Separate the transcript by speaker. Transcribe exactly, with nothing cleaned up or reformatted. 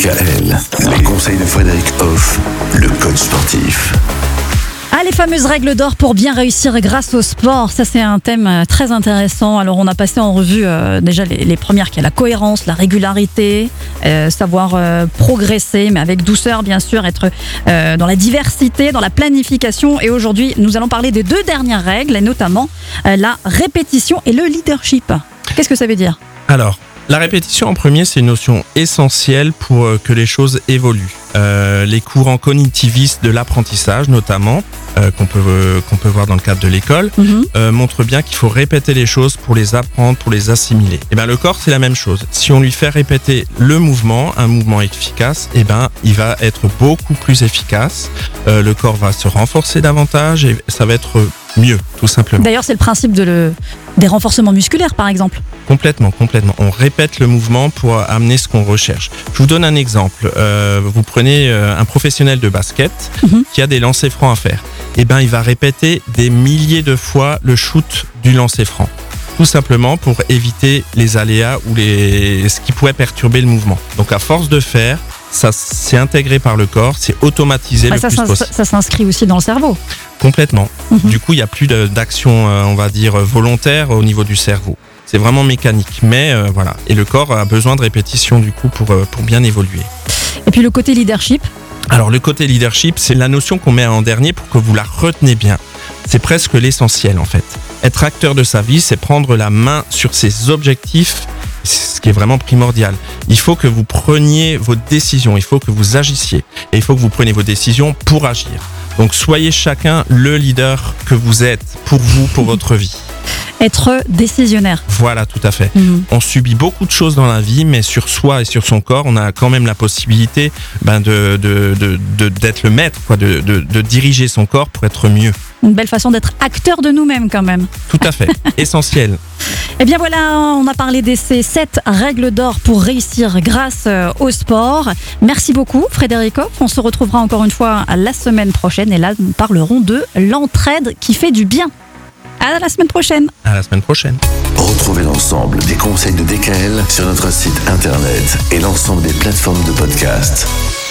Speaker 1: K L, les conseils de Frédéric Hoff, le coach sportif.
Speaker 2: Ah, les fameuses règles d'or pour bien réussir grâce au sport, ça c'est un thème très intéressant. Alors on a passé en revue euh, déjà les, les premières qui est la cohérence, la régularité, euh, savoir euh, progresser mais avec douceur bien sûr, être euh, dans la diversité, dans la planification. Et aujourd'hui nous allons parler des deux dernières règles et notamment euh, la répétition et le leadership. Qu'est-ce que ça veut dire ?
Speaker 3: Alors, la répétition en premier, c'est une notion essentielle pour que les choses évoluent. Euh, les courants cognitivistes de l'apprentissage, notamment, euh, qu'on peut euh, qu'on peut voir dans le cadre de l'école, mmh. euh, montrent bien qu'il faut répéter les choses pour les apprendre, pour les assimiler. Et ben le corps, c'est la même chose. Si on lui fait répéter le mouvement, un mouvement efficace, et ben il va être beaucoup plus efficace. Euh, le corps va se renforcer davantage et ça va être mieux, tout simplement.
Speaker 2: D'ailleurs, c'est le principe de le, des renforcements musculaires, par exemple.
Speaker 3: Complètement, complètement. On répète le mouvement pour amener ce qu'on recherche. Je vous donne un exemple. Euh, vous prenez euh, un professionnel de basket mmh. qui a des lancers francs à faire. Eh ben, il va répéter des milliers de fois le shoot du lancer franc. Tout simplement pour éviter les aléas ou les ce qui pourrait perturber le mouvement. Donc, à force de faire, ça c'est intégré par le corps, c'est automatisé bah, le
Speaker 2: ça,
Speaker 3: plus
Speaker 2: ça,
Speaker 3: possible.
Speaker 2: Ça, ça s'inscrit aussi dans le cerveau.
Speaker 3: Complètement. Mm-hmm. Du coup, il n'y a plus de, d'action, euh, on va dire, volontaire au niveau du cerveau. C'est vraiment mécanique. Mais euh, voilà. Et le corps a besoin de répétition, du coup, pour, euh, pour bien évoluer.
Speaker 2: Et puis le côté leadership ?
Speaker 3: Alors, le côté leadership, c'est la notion qu'on met en dernier pour que vous la retenez bien. C'est presque l'essentiel, en fait. Être acteur de sa vie, c'est prendre la main sur ses objectifs, ce qui est vraiment primordial. Il faut que vous preniez vos décisions, il faut que vous agissiez et il faut que vous preniez vos décisions pour agir. Donc soyez chacun le leader que vous êtes pour vous, pour votre vie.
Speaker 2: Être décisionnaire.
Speaker 3: Voilà, tout à fait. Mmh. On subit beaucoup de choses dans la vie, mais sur soi et sur son corps, on a quand même la possibilité ben, de, de, de, de, d'être le maître, quoi, de, de, de diriger son corps pour être mieux.
Speaker 2: Une belle façon d'être acteur de nous-mêmes quand même.
Speaker 3: Tout à fait, essentiel.
Speaker 2: Eh bien voilà, on a parlé de ces sept règles d'or pour réussir grâce au sport. Merci beaucoup Frédéric Hoff. On se retrouvera encore une fois la semaine prochaine et là nous parlerons de l'entraide qui fait du bien. À la semaine prochaine.
Speaker 3: À la semaine prochaine.
Speaker 1: Retrouvez l'ensemble des conseils de D K L sur notre site internet et l'ensemble des plateformes de podcast.